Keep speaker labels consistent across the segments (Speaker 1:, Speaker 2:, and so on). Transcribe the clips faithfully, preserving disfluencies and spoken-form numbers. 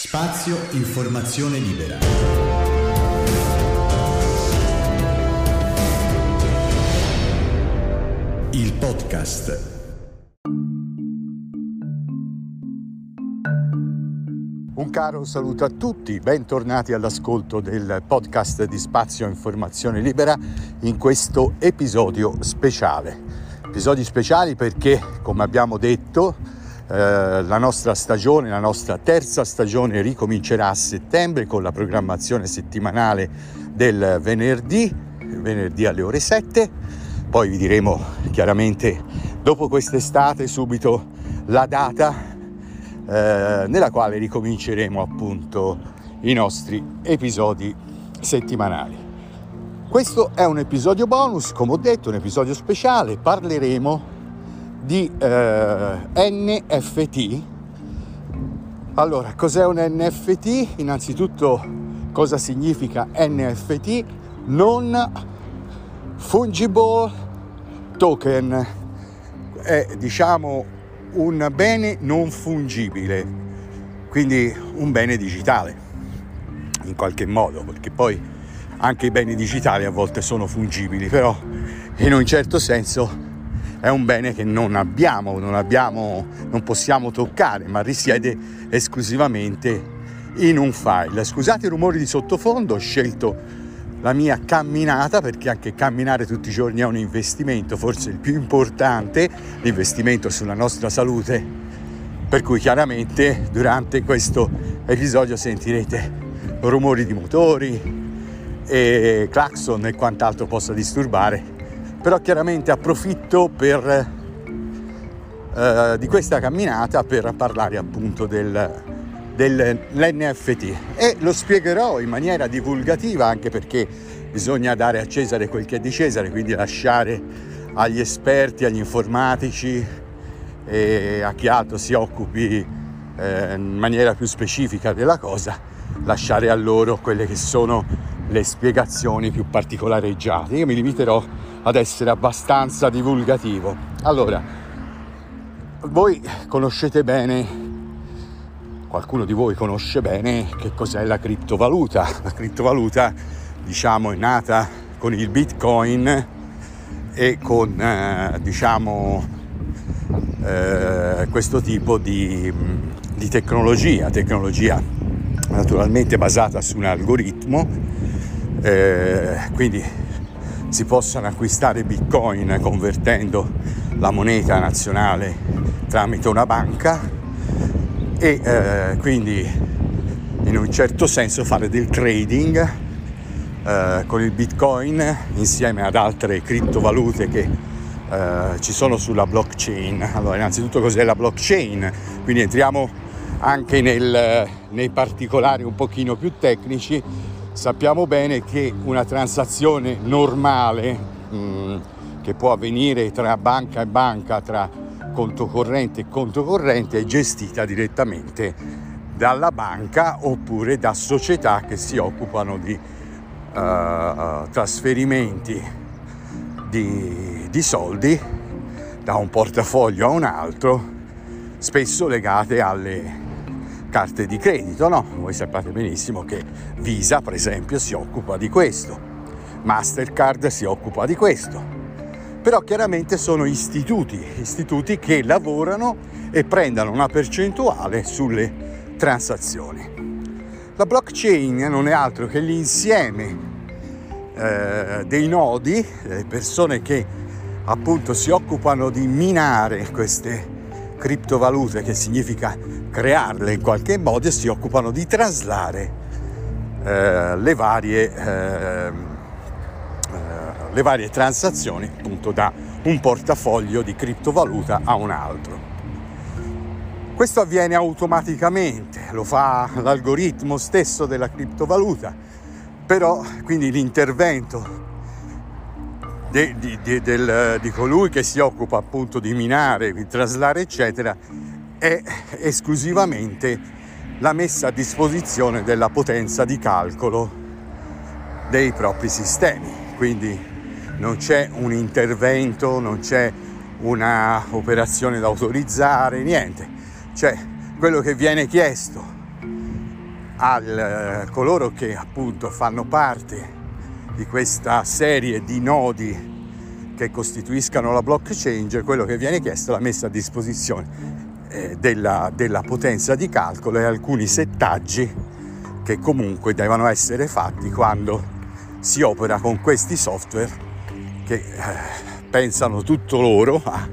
Speaker 1: Spazio Informazione Libera. Il podcast.
Speaker 2: Un caro saluto a tutti, bentornati all'ascolto del podcast di Spazio Informazione Libera in questo episodio speciale. Episodi speciali perché, come abbiamo detto, eh, la nostra stagione, la nostra terza stagione ricomincerà a settembre con la programmazione settimanale del venerdì, venerdì alle ore sette. Poi vi diremo chiaramente dopo quest'estate subito la data eh, nella quale ricominceremo appunto i nostri episodi settimanali. Questo è un episodio bonus, come ho detto, un episodio speciale. Parleremo di eh, N F T. Allora, cos'è un N F T? Innanzitutto, cosa significa N F T? Non fungible token. È, diciamo, un bene non fungibile, quindi un bene digitale in qualche modo, perché poi anche i beni digitali a volte sono fungibili, però in un certo senso è un bene che non abbiamo, non abbiamo, non possiamo toccare, ma risiede esclusivamente in un file. Scusate i rumori di sottofondo, ho scelto la mia camminata perché anche camminare tutti i giorni è un investimento, forse il più importante, l'investimento sulla nostra salute, per cui chiaramente durante questo episodio sentirete rumori di motori e clacson e quant'altro possa disturbare, però chiaramente approfitto per eh, di questa camminata per parlare appunto del dell'N F T e lo spiegherò in maniera divulgativa, anche perché bisogna dare a Cesare quel che è di Cesare, quindi lasciare agli esperti, agli informatici e a chi altro si occupi eh, in maniera più specifica della cosa, lasciare a loro quelle che sono le spiegazioni più particolareggiate. Io mi limiterò ad essere abbastanza divulgativo. Allora, voi conoscete bene, qualcuno di voi conosce bene che cos'è la criptovaluta. La criptovaluta, diciamo, è nata con il Bitcoin e con, eh, diciamo, eh, questo tipo di, di tecnologia, tecnologia naturalmente basata su un algoritmo, eh, quindi si possono acquistare Bitcoin convertendo la moneta nazionale tramite una banca e eh, quindi in un certo senso fare del trading eh, con il Bitcoin insieme ad altre criptovalute che eh, ci sono sulla blockchain. Allora, innanzitutto cos'è la blockchain? Quindi entriamo anche nel, nei particolari un pochino più tecnici. Sappiamo bene che una transazione normale mh, che può avvenire tra banca e banca, tra conto corrente e conto corrente, è gestita direttamente dalla banca oppure da società che si occupano di uh, trasferimenti di, di soldi da un portafoglio a un altro, spesso legate alle carte di credito, no? Voi sapete benissimo che Visa, per esempio, si occupa di questo, Mastercard si occupa di questo, però chiaramente sono istituti, istituti che lavorano e prendono una percentuale sulle transazioni. La blockchain non è altro che l'insieme eh, dei nodi, delle persone che appunto si occupano di minare queste criptovalute, che significa crearle in qualche modo, e si occupano di traslare eh, le varie eh, le varie transazioni appunto da un portafoglio di criptovaluta a un altro. Questo avviene automaticamente, lo fa l'algoritmo stesso della criptovaluta, però quindi l'intervento de, di, di, del, di colui che si occupa appunto di minare, di traslare eccetera, è esclusivamente la messa a disposizione della potenza di calcolo dei propri sistemi, quindi non c'è un intervento, non c'è una operazione da autorizzare, niente. Cioè, quello che viene chiesto a coloro che appunto fanno parte di questa serie di nodi che costituiscano la blockchain, quello che viene chiesto è la messa a disposizione eh, della, della potenza di calcolo e alcuni settaggi che comunque devono essere fatti quando si opera con questi software che eh, pensano tutto loro a,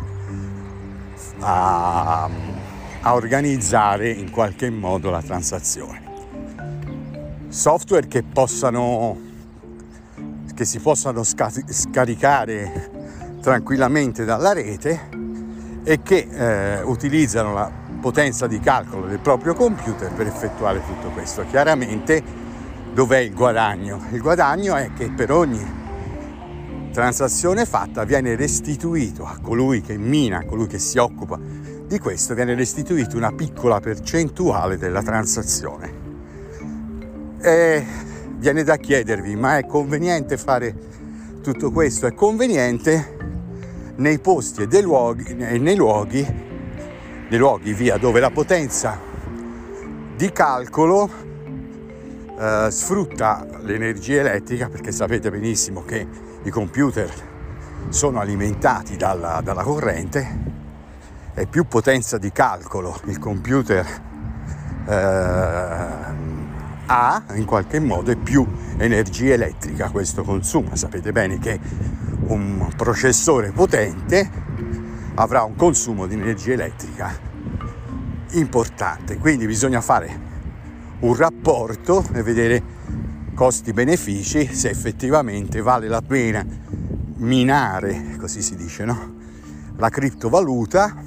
Speaker 2: a, a organizzare in qualche modo la transazione. Software che possano che si possano sca- scaricare tranquillamente dalla rete e che eh, utilizzano la potenza di calcolo del proprio computer per effettuare tutto questo. Chiaramente dov'è il guadagno? Il guadagno è che per ogni transazione fatta viene restituito a colui che mina, a colui che si occupa di questo, viene restituita una piccola percentuale della transazione. E viene da chiedervi, ma è conveniente fare tutto questo? È conveniente nei posti e dei luoghi, nei luoghi, nei luoghi via dove la potenza di calcolo eh, sfrutta l'energia elettrica, perché sapete benissimo che i computer sono alimentati dalla, dalla corrente, e più potenza di calcolo il computer eh, ha in qualche modo e più energia elettrica questo consuma. Sapete bene che un processore potente avrà un consumo di energia elettrica importante, quindi bisogna fare un rapporto e vedere costi-benefici, se effettivamente vale la pena minare, così si dice, no? La criptovaluta,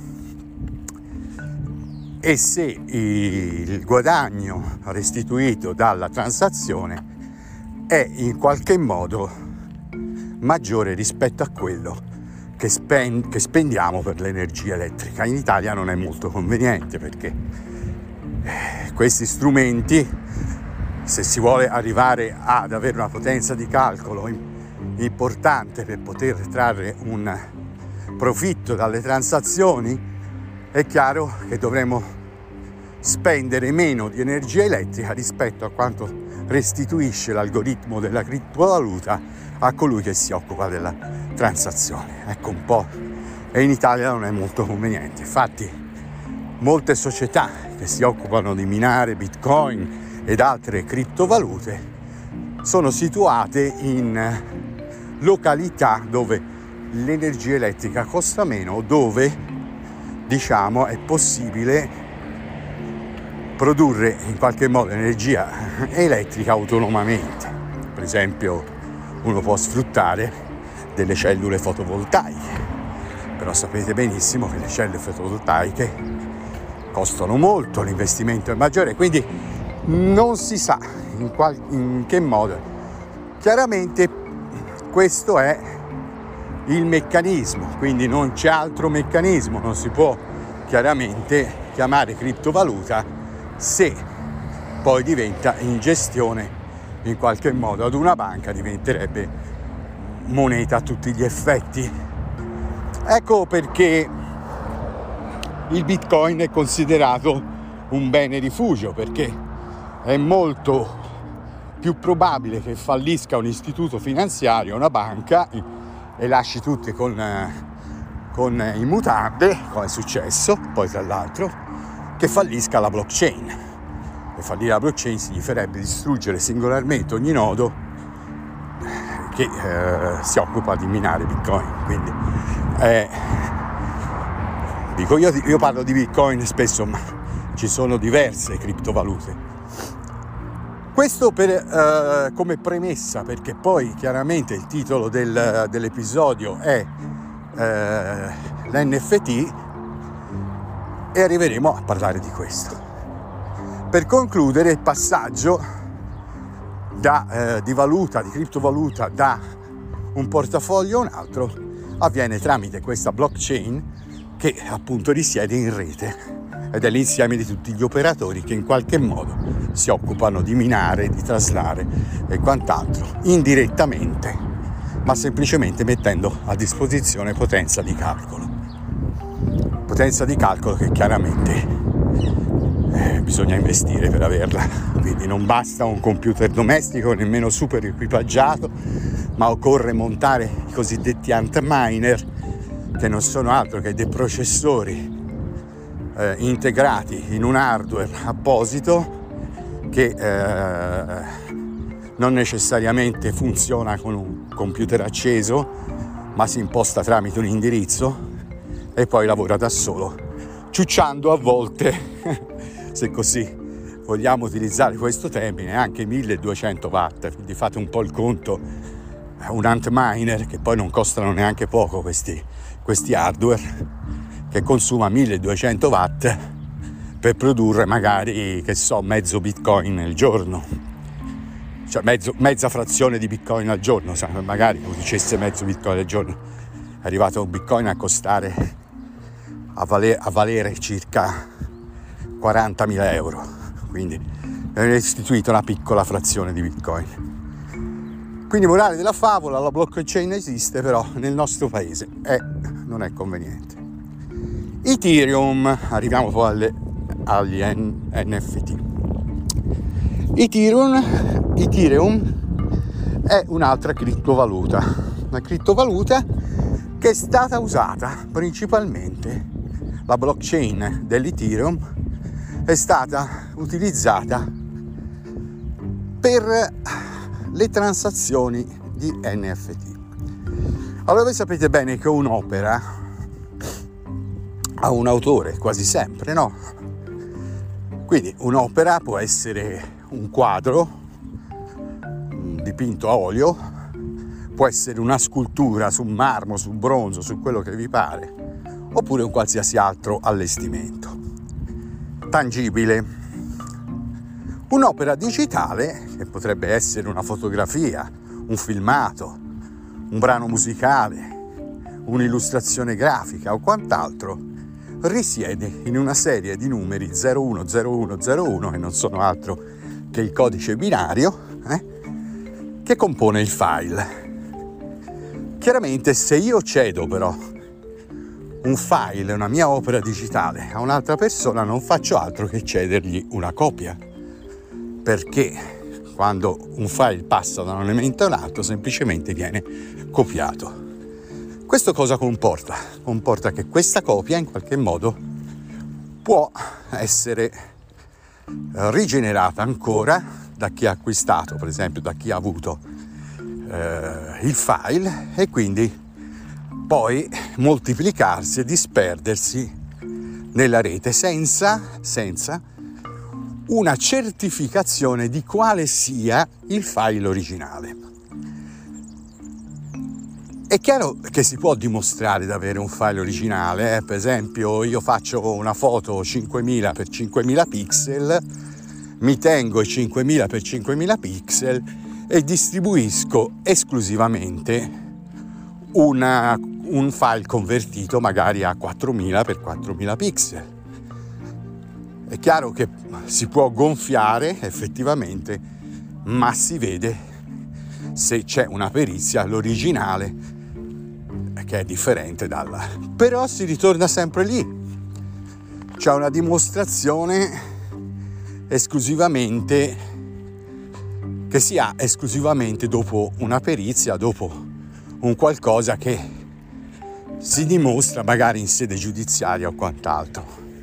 Speaker 2: e se il guadagno restituito dalla transazione è in qualche modo maggiore rispetto a quello che, spend- che spendiamo per l'energia elettrica. In Italia non è molto conveniente, perché questi strumenti, se si vuole arrivare ad avere una potenza di calcolo importante per poter trarre un profitto dalle transazioni, è chiaro che dovremo spendere meno di energia elettrica rispetto a quanto restituisce l'algoritmo della criptovaluta a colui che si occupa della transazione. Ecco un po', e in Italia non è molto conveniente. Infatti molte società che si occupano di minare Bitcoin ed altre criptovalute sono situate in località dove l'energia elettrica costa meno, dove diciamo è possibile produrre in qualche modo energia elettrica autonomamente. Per esempio uno può sfruttare delle cellule fotovoltaiche, però sapete benissimo che le cellule fotovoltaiche costano molto, l'investimento è maggiore, quindi non si sa in, qual- in che modo. Chiaramente questo è il meccanismo, quindi non c'è altro meccanismo, non si può chiaramente chiamare criptovaluta se poi diventa in gestione in qualche modo ad una banca, diventerebbe moneta a tutti gli effetti. Ecco perché il Bitcoin è considerato un bene rifugio, perché è molto più probabile che fallisca un istituto finanziario, una banca, e lasci tutti con, con i mutande, come è successo poi tra l'altro, che fallisca la blockchain. E fallire la blockchain significherebbe distruggere singolarmente ogni nodo che eh, si occupa di minare Bitcoin. Quindi eh, dico io, io parlo di Bitcoin spesso, ma ci sono diverse criptovalute. Questo per, eh, come premessa, perché poi chiaramente il titolo del, dell'episodio è eh, l'N F T, e arriveremo a parlare di questo. Per concludere, il passaggio da, eh, di valuta, di criptovaluta da un portafoglio a un altro avviene tramite questa blockchain che appunto risiede in rete, ed è l'insieme di tutti gli operatori che in qualche modo si occupano di minare, di traslare e quant'altro, indirettamente, ma semplicemente mettendo a disposizione potenza di calcolo. Potenza di calcolo che chiaramente eh, bisogna investire per averla, quindi non basta un computer domestico, nemmeno super equipaggiato, ma occorre montare i cosiddetti antminer, che non sono altro che dei processori eh, integrati in un hardware apposito che eh, non necessariamente funziona con un computer acceso, ma si imposta tramite un indirizzo e poi lavora da solo, ciucciando a volte, se così vogliamo utilizzare questo termine, anche milleduecento watt. Quindi fate un po' il conto, un antminer, che poi non costano neanche poco questi, questi hardware, che consuma milleduecento watt per produrre magari, che so, mezzo bitcoin al giorno, cioè mezzo, mezza frazione di bitcoin al giorno. Magari producesse mezzo bitcoin al giorno, è arrivato un bitcoin a costare, a, valer, a valere circa quarantamila euro, quindi è restituito una piccola frazione di bitcoin. Quindi morale della favola, la blockchain esiste, però nel nostro paese è, non è conveniente. Ethereum, arriviamo poi alle, agli N F T. Ethereum, Ethereum è un'altra criptovaluta, una criptovaluta che è stata usata principalmente, la blockchain dell'Ethereum è stata utilizzata per le transazioni di N F T. Allora, voi sapete bene che un'opera ha un autore quasi sempre, no? Quindi un'opera può essere un quadro, un dipinto a olio, può essere una scultura su marmo, su bronzo, su quello che vi pare, oppure un qualsiasi altro allestimento tangibile. Un'opera digitale, che potrebbe essere una fotografia, un filmato, un brano musicale, un'illustrazione grafica o quant'altro, risiede in una serie di numeri zero uno zero uno zero uno, che non sono altro che il codice binario eh, che compone il file. Chiaramente, se io cedo però un file, una mia opera digitale, a un'altra persona, non faccio altro che cedergli una copia, perché quando un file passa da un elemento all'altro semplicemente viene copiato. Questo cosa comporta? Comporta che questa copia in qualche modo può essere rigenerata ancora da chi ha acquistato, per esempio da chi ha avuto eh, il file, e quindi poi moltiplicarsi e disperdersi nella rete senza, senza una certificazione di quale sia il file originale. È chiaro che si può dimostrare di avere un file originale, eh? Per esempio io faccio una foto cinquemila per cinquemila pixel, mi tengo i cinquemila per cinquemila pixel e distribuisco esclusivamente una, un file convertito magari a quattromila per quattromila pixel. È chiaro che si può gonfiare effettivamente, ma si vede se c'è una perizia all'originale che è differente dalla... Però si ritorna sempre lì. C'è una dimostrazione esclusivamente che si ha esclusivamente dopo una perizia, dopo un qualcosa che si dimostra magari in sede giudiziaria o quant'altro.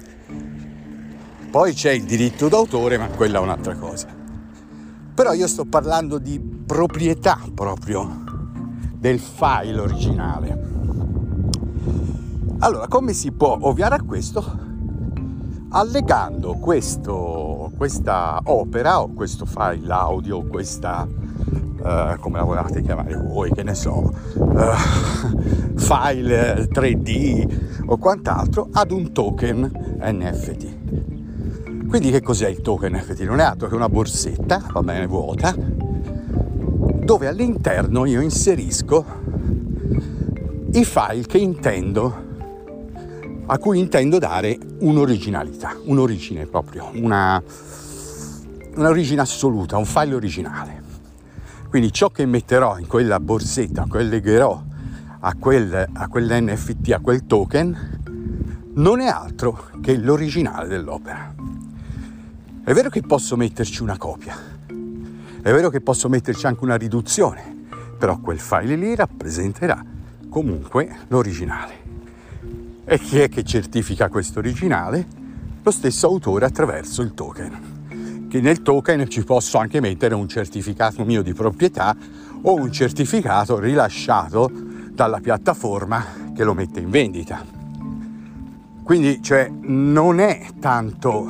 Speaker 2: Poi c'è il diritto d'autore, ma quella è un'altra cosa. Però io sto parlando di proprietà proprio del file originale. Allora, come si può ovviare a questo? Allegando questo, questa opera o questo file audio, questa, uh, come la volete chiamare voi, che ne so, uh, file tre D o quant'altro, ad un token N F T. Quindi che cos'è il token N F T? Non è altro che una borsetta, va bene, vuota, dove all'interno io inserisco i file che intendo, a cui intendo dare un'originalità, un'origine proprio, una, un'origine assoluta, un file originale. Quindi ciò che metterò in quella borsetta, che legherò a quel, a quell'N F T, a quel token, non è altro che l'originale dell'opera. È vero che posso metterci una copia, è vero che posso metterci anche una riduzione, però quel file lì rappresenterà comunque l'originale. E chi è che certifica questo originale? Lo stesso autore attraverso il token, che nel token ci posso anche mettere un certificato mio di proprietà o un certificato rilasciato dalla piattaforma che lo mette in vendita. Quindi, cioè, non è tanto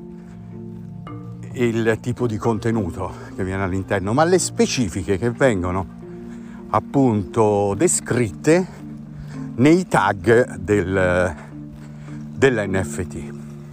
Speaker 2: il tipo di contenuto che viene all'interno, ma le specifiche che vengono appunto descritte nei tag del, dell'N F T.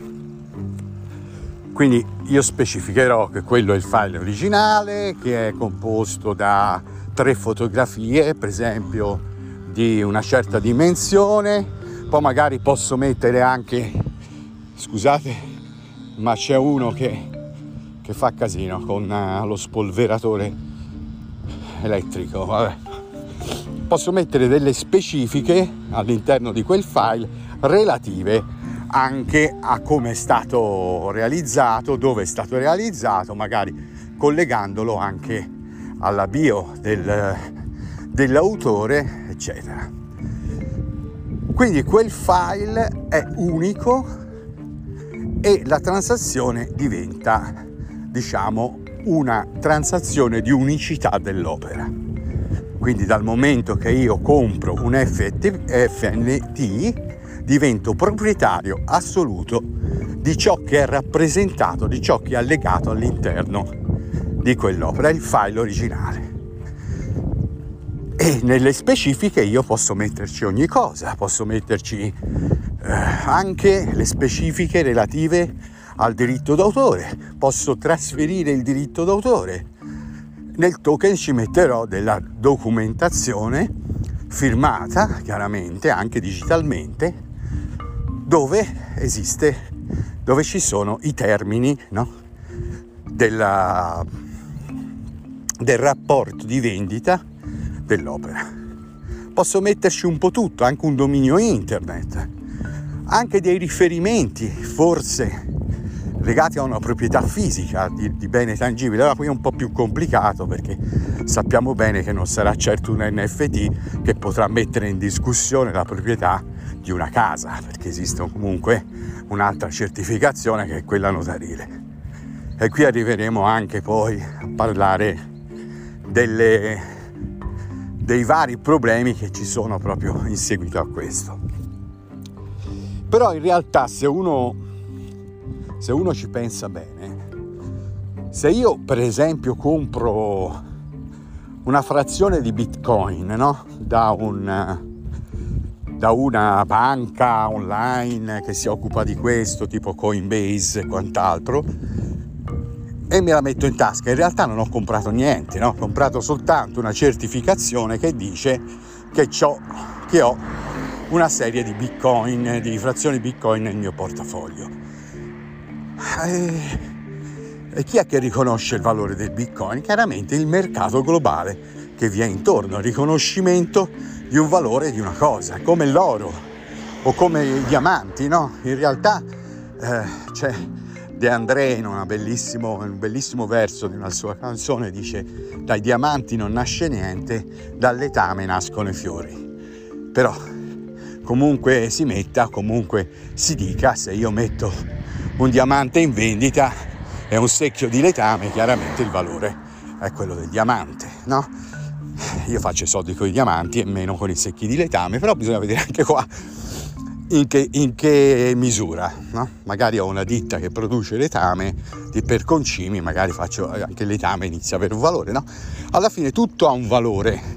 Speaker 2: Quindi io specificherò che quello è il file originale, che è composto da tre fotografie, per esempio di una certa dimensione. Poi magari posso mettere anche, scusate, ma c'è uno che, che fa casino con uh, lo spolveratore elettrico, vabbè. Posso mettere delle specifiche all'interno di quel file relative anche a come è stato realizzato, dove è stato realizzato, magari collegandolo anche alla bio del, dell'autore, eccetera. Quindi quel file è unico e la transazione diventa, diciamo, una transazione di unicità dell'opera. Quindi dal momento che io compro un F N T divento proprietario assoluto di ciò che è rappresentato, di ciò che è allegato all'interno di quell'opera, il file originale. E nelle specifiche io posso metterci ogni cosa, posso metterci eh, anche le specifiche relative al diritto d'autore, posso trasferire il diritto d'autore. Nel token ci metterò della documentazione firmata, chiaramente anche digitalmente, dove esiste, dove ci sono i termini, no? Della, del rapporto di vendita dell'opera. Posso metterci un po' tutto, anche un dominio internet, anche dei riferimenti, forse legati a una proprietà fisica di, di bene tangibile. Allora qui è un po' più complicato, perché sappiamo bene che non sarà certo un N F T che potrà mettere in discussione la proprietà di una casa, perché esiste comunque un'altra certificazione che è quella notarile. E qui arriveremo anche poi a parlare delle, dei vari problemi che ci sono proprio in seguito a questo. Però in realtà se uno Se uno ci pensa bene, se io per esempio compro una frazione di Bitcoin, no? da, un, da una banca online che si occupa di questo, tipo Coinbase e quant'altro, e me la metto in tasca, in realtà non ho comprato niente, no? Ho comprato soltanto una certificazione che dice che, c'ho, che ho una serie di Bitcoin, di frazioni Bitcoin nel mio portafoglio. E, e chi è che riconosce il valore del Bitcoin? Chiaramente il mercato globale che vi è intorno, il riconoscimento di un valore di una cosa, come l'oro o come i diamanti, no? In realtà eh, c'è De André in una bellissimo, un bellissimo verso di una sua canzone, dice: dai diamanti non nasce niente, dal letame nascono i fiori. Però comunque si metta, comunque si dica, se io metto un diamante in vendita e un secchio di letame, chiaramente il valore è quello del diamante, no? Io faccio i soldi con i diamanti e meno con i secchi di letame, però bisogna vedere anche qua in che, in che misura, no? Magari ho una ditta che produce letame per concimi, magari faccio anche il letame, inizia a avere un valore, no? Alla fine tutto ha un valore.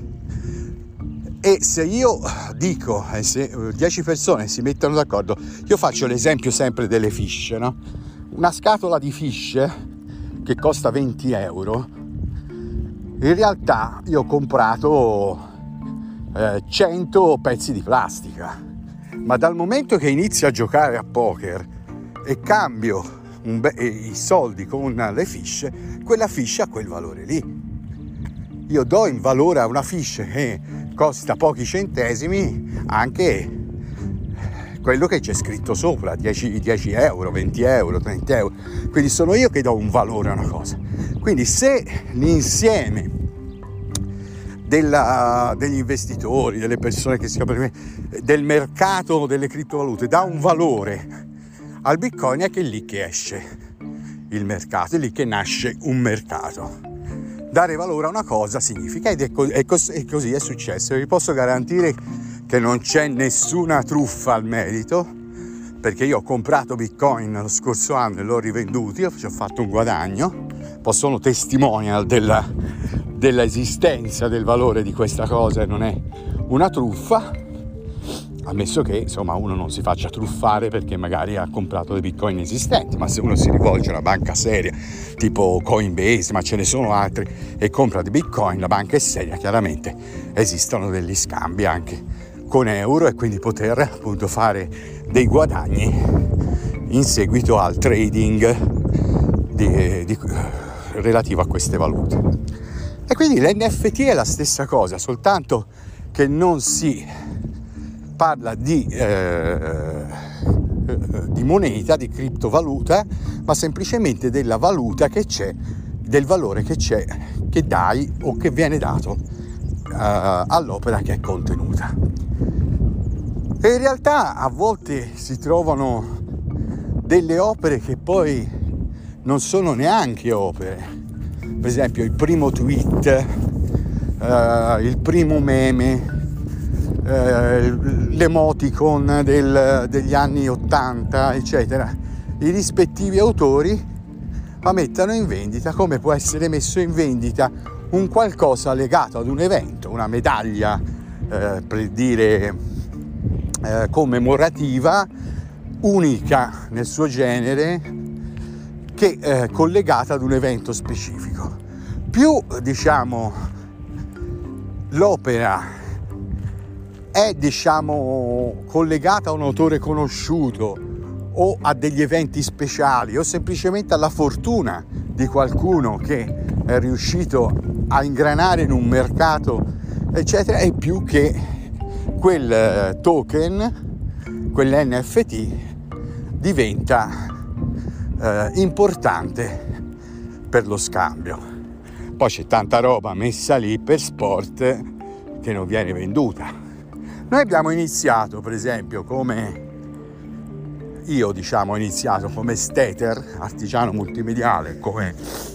Speaker 2: E se io dico, e se dieci persone si mettono d'accordo, io faccio l'esempio sempre delle fish, no? Una scatola di fish che costa venti euro, in realtà io ho comprato eh, cento pezzi di plastica, ma dal momento che inizio a giocare a poker e cambio un be- i soldi con le fish, quella fish ha quel valore lì. Io do in valore a una fish che costa pochi centesimi anche quello che c'è scritto sopra, dieci, dieci euro, venti euro, trenta euro. Quindi sono io che do un valore a una cosa. Quindi se l'insieme della, degli investitori, delle persone che si aprono, del mercato delle criptovalute dà un valore al Bitcoin, è che è lì che esce il mercato, è lì che nasce un mercato. Dare valore a una cosa significa, ed è, co- è, cos- è così è successo. Vi posso garantire che non c'è nessuna truffa al merito, perché io ho comprato Bitcoin lo scorso anno e l'ho rivenduto, io ci ho fatto un guadagno, poi sono testimonial della, dell'esistenza del valore di questa cosa e non è una truffa, ammesso che insomma uno non si faccia truffare perché magari ha comprato dei Bitcoin esistenti, ma se uno si rivolge a una banca seria tipo Coinbase, ma ce ne sono altri, e compra dei Bitcoin, la banca è seria, chiaramente esistono degli scambi anche con euro e quindi poter appunto fare dei guadagni in seguito al trading di, di, relativo a queste valute. E quindi l'N F T è la stessa cosa, soltanto che non si parla di, eh, di moneta, di criptovaluta, ma semplicemente della valuta che c'è, del valore che c'è, che dai o che viene dato eh, all'opera che è contenuta. E in realtà a volte si trovano delle opere che poi non sono neanche opere. Per esempio il primo tweet, eh, il primo meme, eh, l'emoticon del, degli anni ottanta, eccetera. I rispettivi autori la mettono in vendita, come può essere messo in vendita un qualcosa legato ad un evento, una medaglia, eh, per dire eh, commemorativa, unica nel suo genere, che è collegata ad un evento specifico. Più, diciamo, l'opera è, diciamo, collegata a un autore conosciuto o a degli eventi speciali o semplicemente alla fortuna di qualcuno che è riuscito a ingranare in un mercato, eccetera, è più che quel token, quell'N F T diventa Eh, importante per lo scambio. Poi c'è tanta roba messa lì per sport che non viene venduta. Noi abbiamo iniziato, per esempio, come io diciamo ho iniziato come stater, artigiano multimediale, come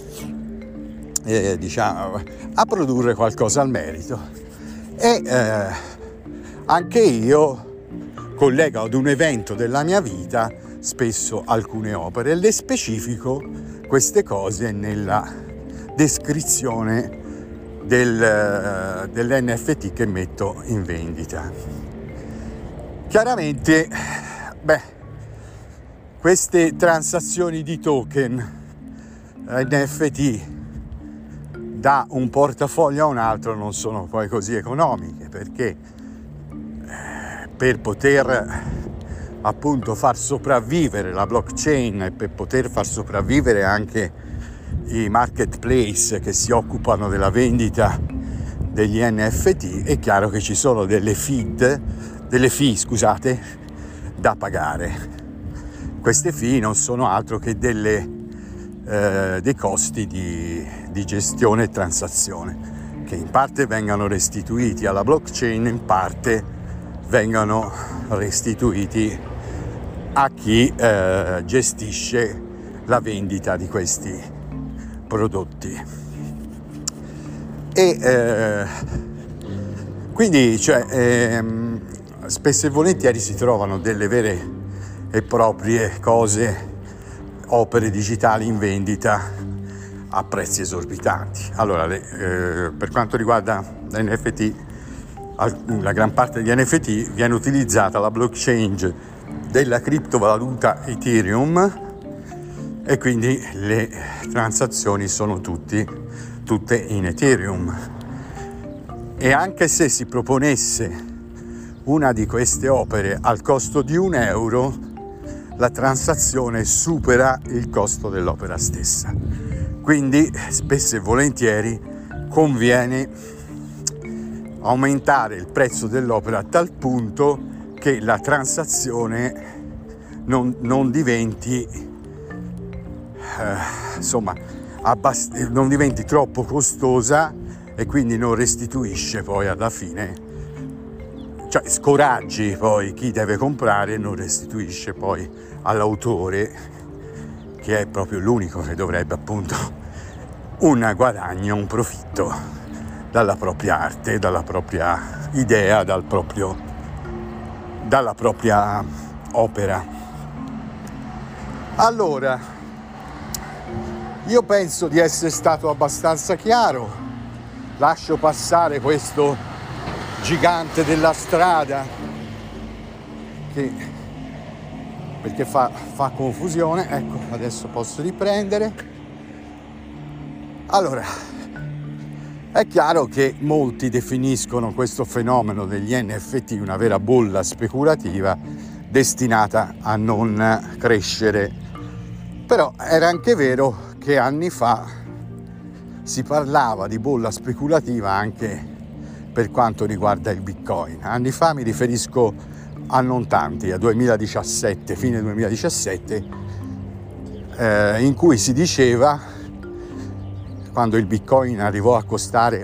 Speaker 2: eh, diciamo a produrre qualcosa al merito, e eh, anche io collego ad un evento della mia vita spesso alcune opere, e le specifico queste cose nella descrizione del, dell'N F T che metto in vendita. Chiaramente, beh, queste transazioni di token N F T da un portafoglio a un altro non sono poi così economiche, perché per poter appunto far sopravvivere la blockchain e per poter far sopravvivere anche i marketplace che si occupano della vendita degli N F T, è chiaro che ci sono delle feed, delle fee, scusate, da pagare. Queste fee non sono altro che delle, eh, dei costi di, di gestione e transazione, che in parte vengono restituiti alla blockchain, in parte vengono restituiti a chi eh, gestisce la vendita di questi prodotti. E eh, quindi cioè, ehm, spesso e volentieri si trovano delle vere e proprie cose, opere digitali in vendita a prezzi esorbitanti. Allora, le, eh, per quanto riguarda l'N F T, la gran parte degli N F T viene utilizzata la blockchain della criptovaluta Ethereum, e quindi le transazioni sono tutti, tutte in Ethereum. E anche se si proponesse una di queste opere al costo di un euro, la transazione supera il costo dell'opera stessa. Quindi spesso e volentieri conviene aumentare il prezzo dell'opera a tal punto che la transazione non, non diventi eh, insomma abbast- non diventi troppo costosa e quindi non restituisce poi alla fine, cioè scoraggi poi chi deve comprare e non restituisce poi all'autore, che è proprio l'unico che dovrebbe appunto un guadagno, un profitto dalla propria arte, dalla propria idea, dal proprio, dalla propria opera. Allora, io penso di essere stato abbastanza chiaro, lascio passare questo gigante della strada che, perché fa, fa confusione. Ecco, adesso posso riprendere. Allora, è chiaro che molti definiscono questo fenomeno degli N F T una vera bolla speculativa destinata a non crescere, però era anche vero che anni fa si parlava di bolla speculativa anche per quanto riguarda il Bitcoin. Anni fa mi riferisco a non tanti, a duemiladiciassette, fine duemiladiciassette, eh, in cui si diceva, quando il Bitcoin arrivò a costare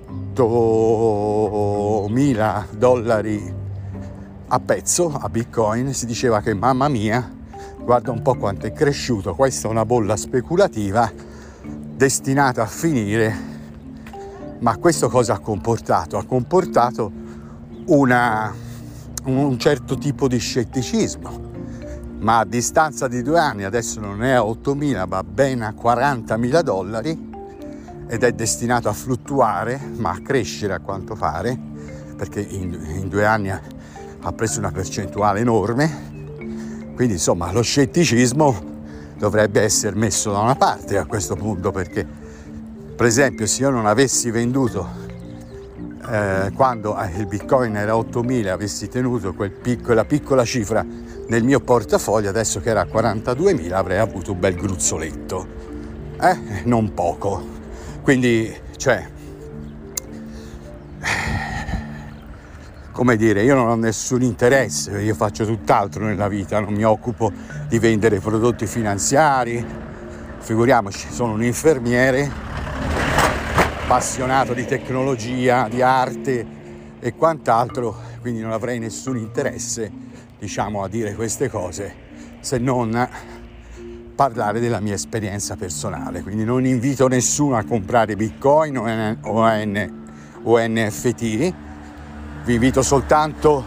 Speaker 2: ottomila dollari a pezzo, a Bitcoin, si diceva che mamma mia, guarda un po' quanto è cresciuto, questa è una bolla speculativa destinata a finire. Ma questo cosa ha comportato? Ha comportato una, un certo tipo di scetticismo, ma a distanza di due anni, adesso non è a ottomila ma ben a quarantamila dollari, ed è destinato a fluttuare ma a crescere a quanto pare, perché in, in due anni ha, ha preso una percentuale enorme. Quindi insomma lo scetticismo dovrebbe essere messo da una parte a questo punto, perché per esempio se io non avessi venduto eh, quando il Bitcoin era ottomila, avessi tenuto quel pic- quella piccola cifra nel mio portafoglio, adesso che era a quarantaduemila avrei avuto un bel gruzzoletto, eh? Non poco. Quindi, cioè, come dire, io non ho nessun interesse, io faccio tutt'altro nella vita, non mi occupo di vendere prodotti finanziari, figuriamoci, sono un infermiere appassionato di tecnologia, di arte e quant'altro, quindi non avrei nessun interesse, diciamo, a dire queste cose, se non parlare della mia esperienza personale. Quindi non invito nessuno a comprare Bitcoin o, N- o, N- o N F T, vi invito soltanto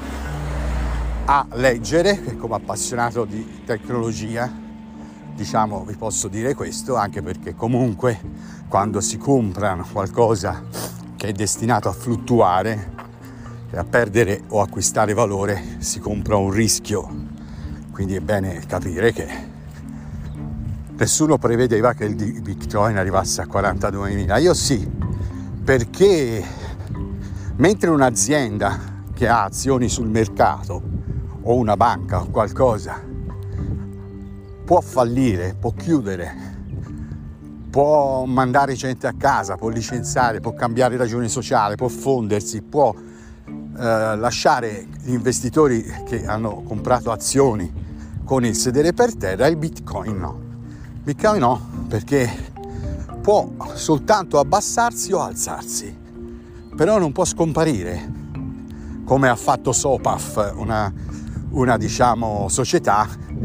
Speaker 2: a leggere, che come appassionato di tecnologia, diciamo, vi posso dire questo, anche perché comunque quando si compra qualcosa che è destinato a fluttuare e a perdere o acquistare valore, si compra un rischio. Quindi è bene capire che nessuno prevedeva che il Bitcoin arrivasse a quarantaduemila. Io sì, perché mentre un'azienda che ha azioni sul mercato o una banca o qualcosa può fallire, può chiudere, può mandare gente a casa, può licenziare, può cambiare ragione sociale, può fondersi, può eh, lasciare gli investitori che hanno comprato azioni con il sedere per terra, il Bitcoin no. Bitcoin no, perché può soltanto abbassarsi o alzarsi, però non può scomparire, come ha fatto Sopaf, una, una diciamo società.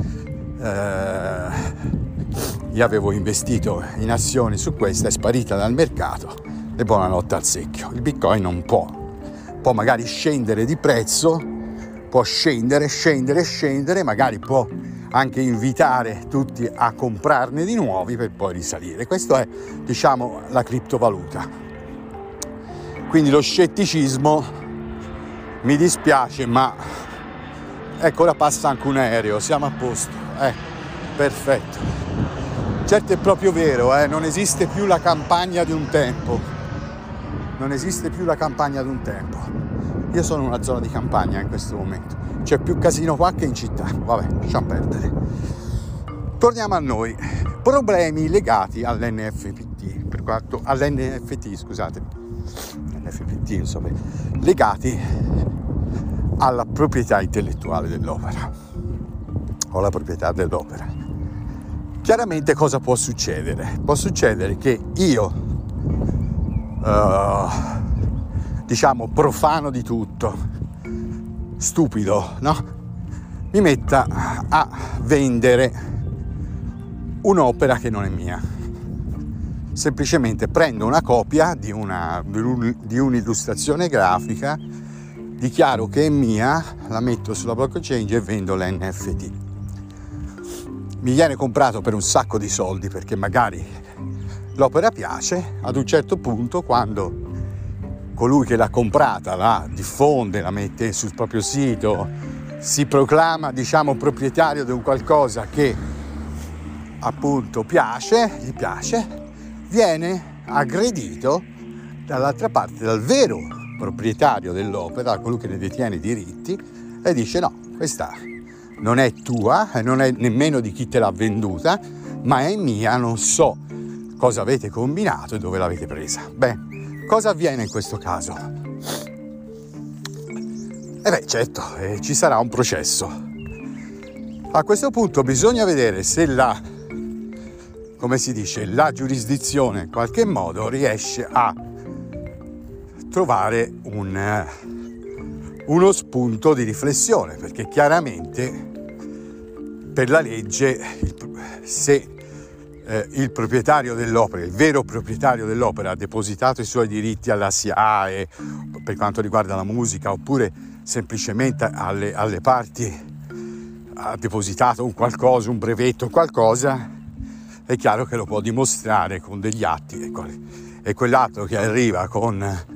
Speaker 2: Eh, io avevo investito in azioni su questa, è sparita dal mercato e buonanotte al secchio. Il Bitcoin non può, può magari scendere di prezzo, può scendere, scendere, scendere, magari può anche invitare tutti a comprarne di nuovi per poi risalire. Questo è, diciamo, la criptovaluta. Quindi lo scetticismo, mi dispiace, ma ecco, ora passa anche un aereo, siamo a posto, eh, perfetto. Certo, è proprio vero, eh, non esiste più la campagna di un tempo, non esiste più la campagna di un tempo. Io sono in una zona di campagna in questo momento, c'è più casino qua che in città, vabbè, lasciamo perdere. Torniamo a noi, problemi legati all'N F T, per quanto all'N F T, scusate. N F T, insomma, legati alla proprietà intellettuale dell'opera o alla proprietà dell'opera. Chiaramente cosa può succedere? Può succedere che io, uh, diciamo profano di tutto, stupido, no? Mi metta a vendere un'opera che non è mia. Semplicemente prendo una copia di, una, di un'illustrazione grafica, dichiaro che è mia, la metto sulla blockchain e vendo l'N F T. Mi viene comprato per un sacco di soldi perché magari l'opera piace. Ad un certo punto, quando colui che l'ha comprata la diffonde, la mette sul proprio sito, si proclama, diciamo, proprietario di un qualcosa che appunto piace, gli piace, viene aggredito dall'altra parte dal vero proprietario dell'opera, colui che ne detiene i diritti, e dice: no, questa non è tua e non è nemmeno di chi te l'ha venduta, ma è mia, non so cosa avete combinato e dove l'avete presa. Beh, cosa avviene in questo caso? E beh, certo, eh, ci sarà un processo. A questo punto bisogna vedere se la, come si dice, la giurisdizione in qualche modo riesce a trovare un, uno spunto di riflessione, perché chiaramente per la legge, se eh, il proprietario dell'opera, il vero proprietario dell'opera, ha depositato i suoi diritti alla S I A E per quanto riguarda la musica, oppure semplicemente alle, alle parti ha depositato un qualcosa, un brevetto, qualcosa, è chiaro che lo può dimostrare con degli atti, e quell'atto che arriva con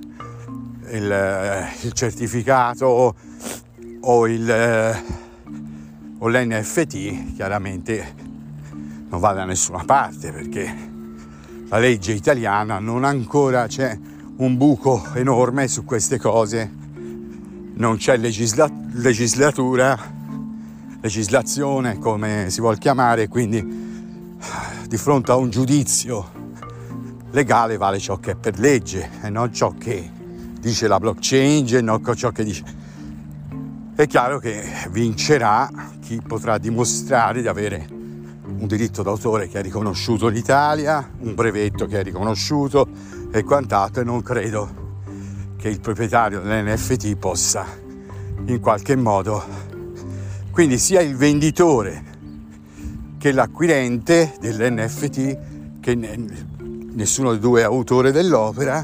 Speaker 2: il, il certificato o, o, il, o l'N F T chiaramente non va da nessuna parte, perché la legge italiana non ancora, c'è un buco enorme su queste cose, non c'è legisla, legislatura, legislazione come si vuol chiamare, quindi di fronte a un giudizio legale vale ciò che è per legge e non ciò che dice la blockchain e non ciò che dice. È chiaro che vincerà chi potrà dimostrare di avere un diritto d'autore che è riconosciuto in Italia, un brevetto che è riconosciuto e quant'altro, e non credo che il proprietario dell'N F T possa in qualche modo, quindi sia il venditore che l'acquirente dell'N F T, che nessuno dei due è autore dell'opera,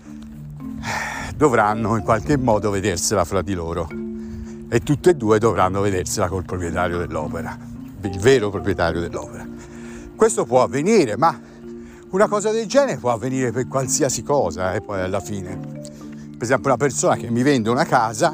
Speaker 2: dovranno in qualche modo vedersela fra di loro, e tutte e due dovranno vedersela col proprietario dell'opera, il vero proprietario dell'opera. Questo può avvenire, ma una cosa del genere può avvenire per qualsiasi cosa, e eh, poi alla fine, per esempio, una persona che mi vende una casa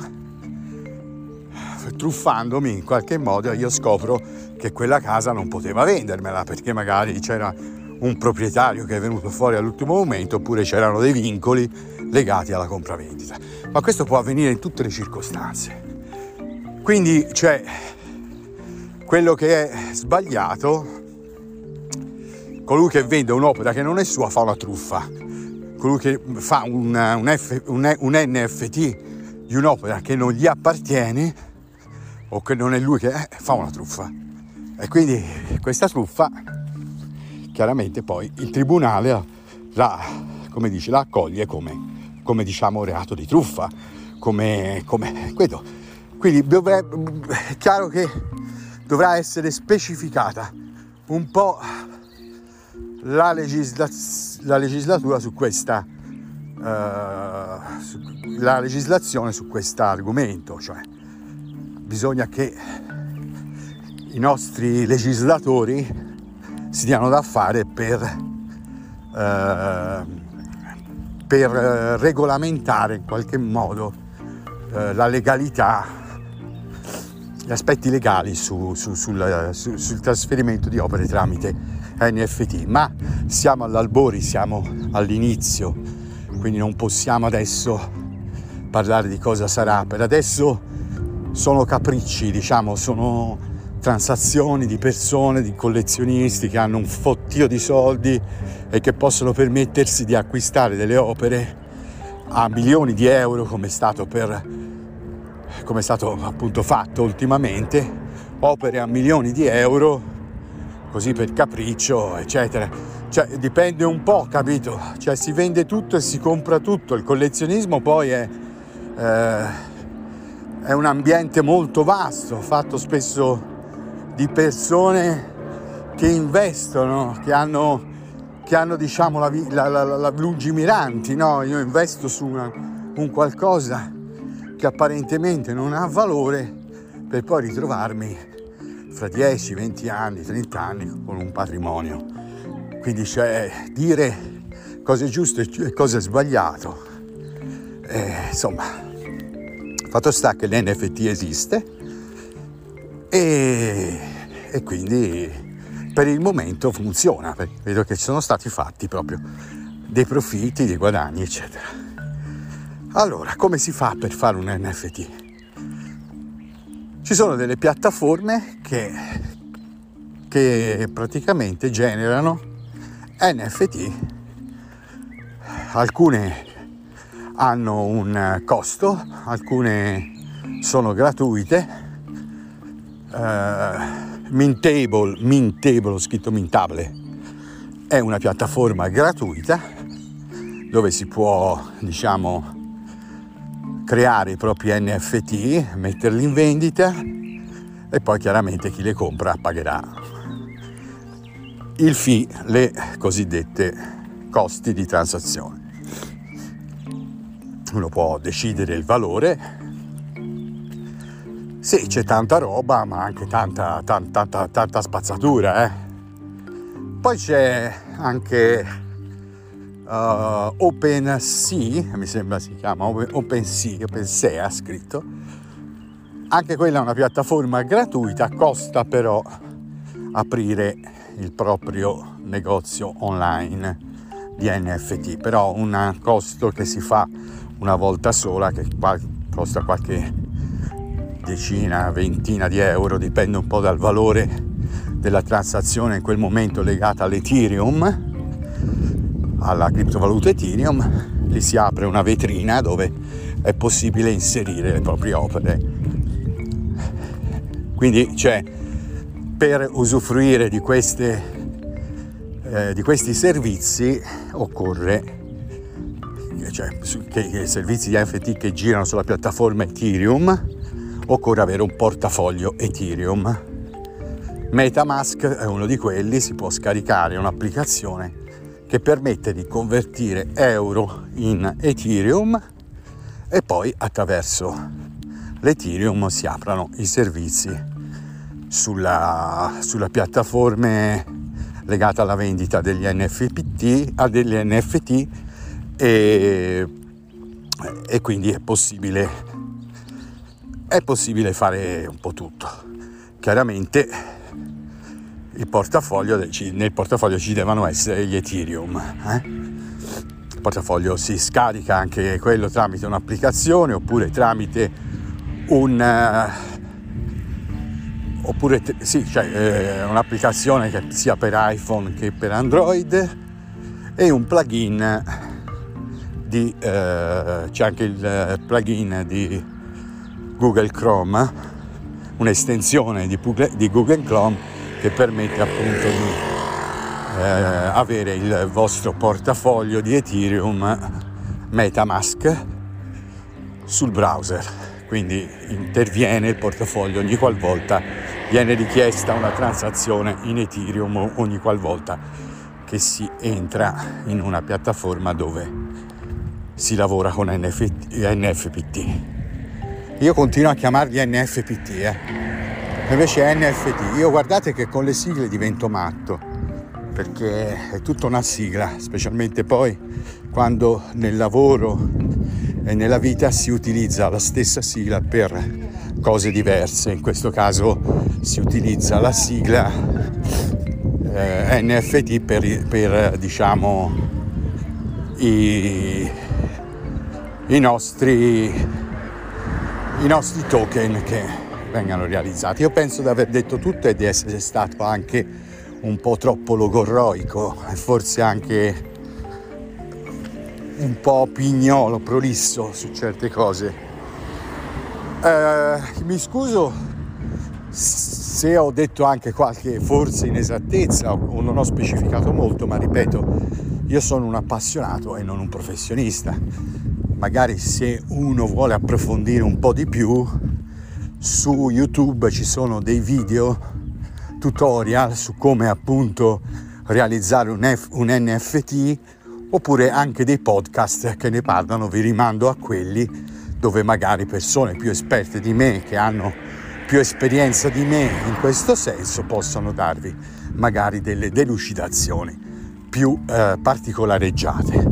Speaker 2: truffandomi in qualche modo, io scopro che quella casa non poteva vendermela perché magari c'era un proprietario che è venuto fuori all'ultimo momento, oppure c'erano dei vincoli legati alla compravendita. Ma questo può avvenire in tutte le circostanze. Quindi, cioè, quello che è sbagliato, colui che vende un'opera che non è sua fa una truffa, colui che fa un, un, F, un, un N F T di un'opera che non gli appartiene o che non è lui che eh, fa una truffa. E quindi questa truffa chiaramente poi il tribunale la, come dice, la accoglie come, come diciamo reato di truffa, come, come quello. Quindi dovrebbe, è chiaro che dovrà essere specificata un po' la, legisla, la legislatura su questa uh, su, la legislazione su questo argomento, cioè bisogna che i nostri legislatori si diano da fare per, eh, per regolamentare in qualche modo eh, la legalità, gli aspetti legali su, su, sul, su, sul trasferimento di opere tramite N F T. Ma siamo all'albori, siamo all'inizio, quindi non possiamo adesso parlare di cosa sarà. Per adesso sono capricci, diciamo, sono transazioni di persone, di collezionisti che hanno un fottio di soldi e che possono permettersi di acquistare delle opere a milioni di euro, come è stato per come è stato appunto fatto ultimamente, opere a milioni di euro così per capriccio, eccetera. Cioè dipende un po', capito? Cioè si vende tutto e si compra tutto. Il collezionismo poi è, eh, è un ambiente molto vasto, fatto spesso di persone che investono, che hanno, che hanno diciamo la, la, la, la lungimiranti, no? Io investo su una, un qualcosa che apparentemente non ha valore per poi ritrovarmi fra dieci, venti anni, trenta anni con un patrimonio. Quindi cioè dire cosa è giusto e cosa è sbagliato. Eh, insomma, fatto sta che l'N F T esiste e, e quindi per il momento funziona, perché vedo che ci sono stati fatti proprio dei profitti, dei guadagni, eccetera. Allora, come si fa per fare un N F T? Ci sono delle piattaforme che, che praticamente generano N F T. Alcune hanno un costo, alcune sono gratuite. Uh, Mintable, Mintable, ho scritto Mintable, è una piattaforma gratuita dove si può, diciamo, creare i propri N F T, metterli in vendita e poi chiaramente chi le compra pagherà il fee, le cosiddette costi di transazione. Uno può decidere il valore. Sì, c'è tanta roba, ma anche tanta, tanta, tanta, tanta spazzatura, eh. Poi c'è anche uh, OpenSea, mi sembra si chiama OpenSea, OpenSea scritto. Anche quella è una piattaforma gratuita, costa però aprire il proprio negozio online di N F T, però un costo che si fa una volta sola, che costa qualche decina, ventina di euro, dipende un po' dal valore della transazione in quel momento legata all'Ethereum, alla criptovaluta Ethereum. Lì si apre una vetrina dove è possibile inserire le proprie opere. Quindi cioè, per usufruire di queste eh, di questi servizi occorre cioè che, che servizi di N F T che girano sulla piattaforma Ethereum, occorre avere un portafoglio Ethereum. MetaMask è uno di quelli, si può scaricare un'applicazione che permette di convertire euro in Ethereum e poi attraverso l'Ethereum si aprono i servizi sulla, sulla piattaforme legate alla vendita degli N F T, degli N F T e, e quindi è possibile È possibile fare un po' tutto. Chiaramente il portafoglio, nel portafoglio ci devono essere gli Ethereum. Eh? Il portafoglio si scarica anche quello tramite un'applicazione oppure tramite un... Uh, oppure sì, cioè eh, un'applicazione che sia per iPhone che per Android e un plugin di... Uh, c'è anche il plugin di Google Chrome, un'estensione di Google Chrome che permette appunto di eh, avere il vostro portafoglio di Ethereum MetaMask sul browser. Quindi interviene il portafoglio ogni qualvolta viene richiesta una transazione in Ethereum, ogni qualvolta che si entra in una piattaforma dove si lavora con N F T, N F T. Io continuo a chiamarli N F T, eh. Invece è N F T. Io guardate che con le sigle divento matto, perché è tutta una sigla, specialmente poi quando nel lavoro e nella vita si utilizza la stessa sigla per cose diverse. In questo caso si utilizza la sigla eh, N F T per, per diciamo i, i nostri i nostri token che vengano realizzati. Io penso di aver detto tutto e di essere stato anche un po' troppo logorroico e forse anche un po' pignolo, prolisso su certe cose. Eh, mi scuso se se ho detto anche qualche forse inesattezza o non ho specificato molto, ma ripeto, io sono un appassionato e non un professionista. Magari se uno vuole approfondire un po' di più, su YouTube ci sono dei video tutorial su come appunto realizzare un, F- un N F T, oppure anche dei podcast che ne parlano. Vi rimando a quelli dove magari persone più esperte di me, che hanno più esperienza di me in questo senso, possono darvi magari delle delucidazioni più eh, particolareggiate.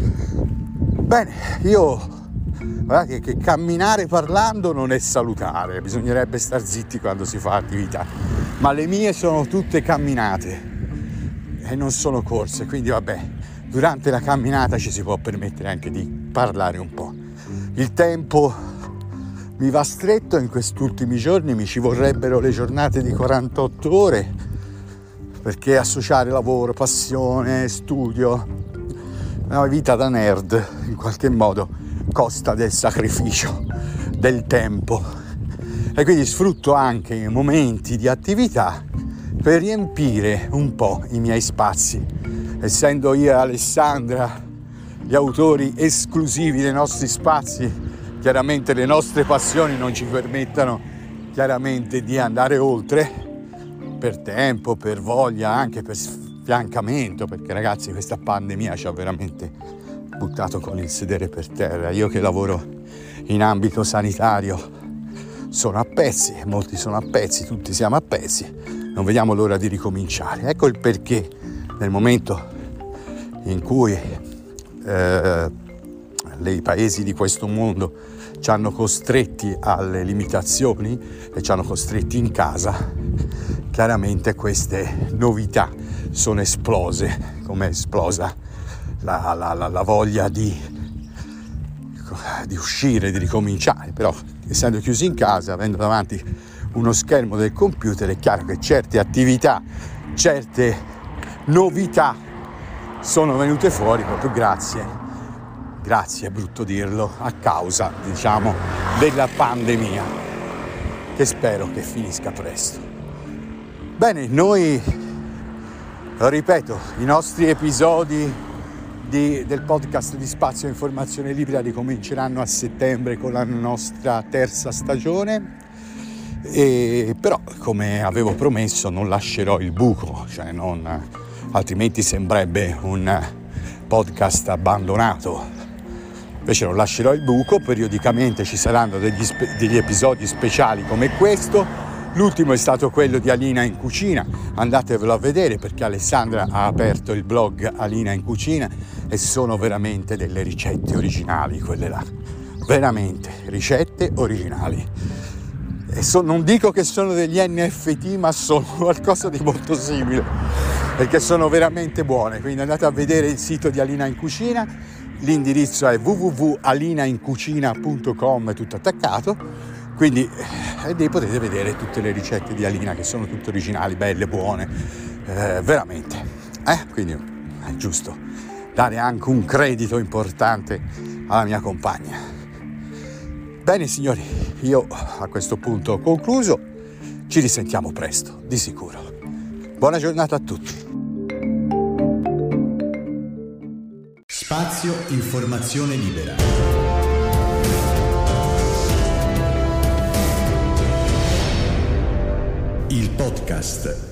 Speaker 2: Bene, io guardate che, che camminare parlando non è salutare, bisognerebbe star zitti quando si fa attività, ma le mie sono tutte camminate e non sono corse, quindi vabbè, durante la camminata ci si può permettere anche di parlare un po'. Il tempo mi va stretto in questi ultimi giorni, mi ci vorrebbero le giornate di quarantotto ore, perché associare lavoro, passione, studio, una vita da nerd in qualche modo costa del sacrificio, del tempo, e quindi sfrutto anche i momenti di attività per riempire un po' i miei spazi, essendo io e Alessandra gli autori esclusivi dei nostri spazi. Chiaramente le nostre passioni non ci permettono chiaramente di andare oltre, per tempo, per voglia, anche per sfiancamento, perché ragazzi questa pandemia ci ha veramente buttato con il sedere per terra. Io che lavoro in ambito sanitario sono a pezzi, molti sono a pezzi, tutti siamo a pezzi, non vediamo l'ora di ricominciare. Ecco il perché nel momento in cui eh, i paesi di questo mondo ci hanno costretti alle limitazioni e ci hanno costretti in casa, chiaramente queste novità sono esplose, come è esplosa la, la, la, la voglia di, di uscire, di ricominciare. Però essendo chiusi in casa, avendo davanti uno schermo del computer, è chiaro che certe attività, certe novità sono venute fuori proprio grazie Grazie, è brutto dirlo, a causa, diciamo, della pandemia, che spero che finisca presto. Bene, noi, ripeto, i nostri episodi di, del podcast di Spazio Informazione Libera ricominceranno a settembre con la nostra terza stagione, e però, come avevo promesso, non lascerò il buco, cioè non, altrimenti sembrerebbe un podcast abbandonato. Invece non lascerò il buco, periodicamente ci saranno degli, spe- degli episodi speciali come questo. L'ultimo è stato quello di Alina in Cucina, andatevelo a vedere perché Alessandra ha aperto il blog Alina in Cucina e sono veramente delle ricette originali quelle là, veramente ricette originali. E so, non dico che sono degli N F T, ma sono qualcosa di molto simile, perché sono veramente buone, quindi andate a vedere il sito di Alina in Cucina. L'indirizzo è w w w punto alina in cucina punto com, tutto attaccato, quindi eh, lì potete vedere tutte le ricette di Alina che sono tutte originali, belle, buone, eh, veramente. Eh? Quindi è giusto dare anche un credito importante alla mia compagna. Bene signori, io a questo punto ho concluso, ci risentiamo presto, di sicuro. Buona giornata a tutti.
Speaker 1: Spazio Informazione Libera. Il podcast.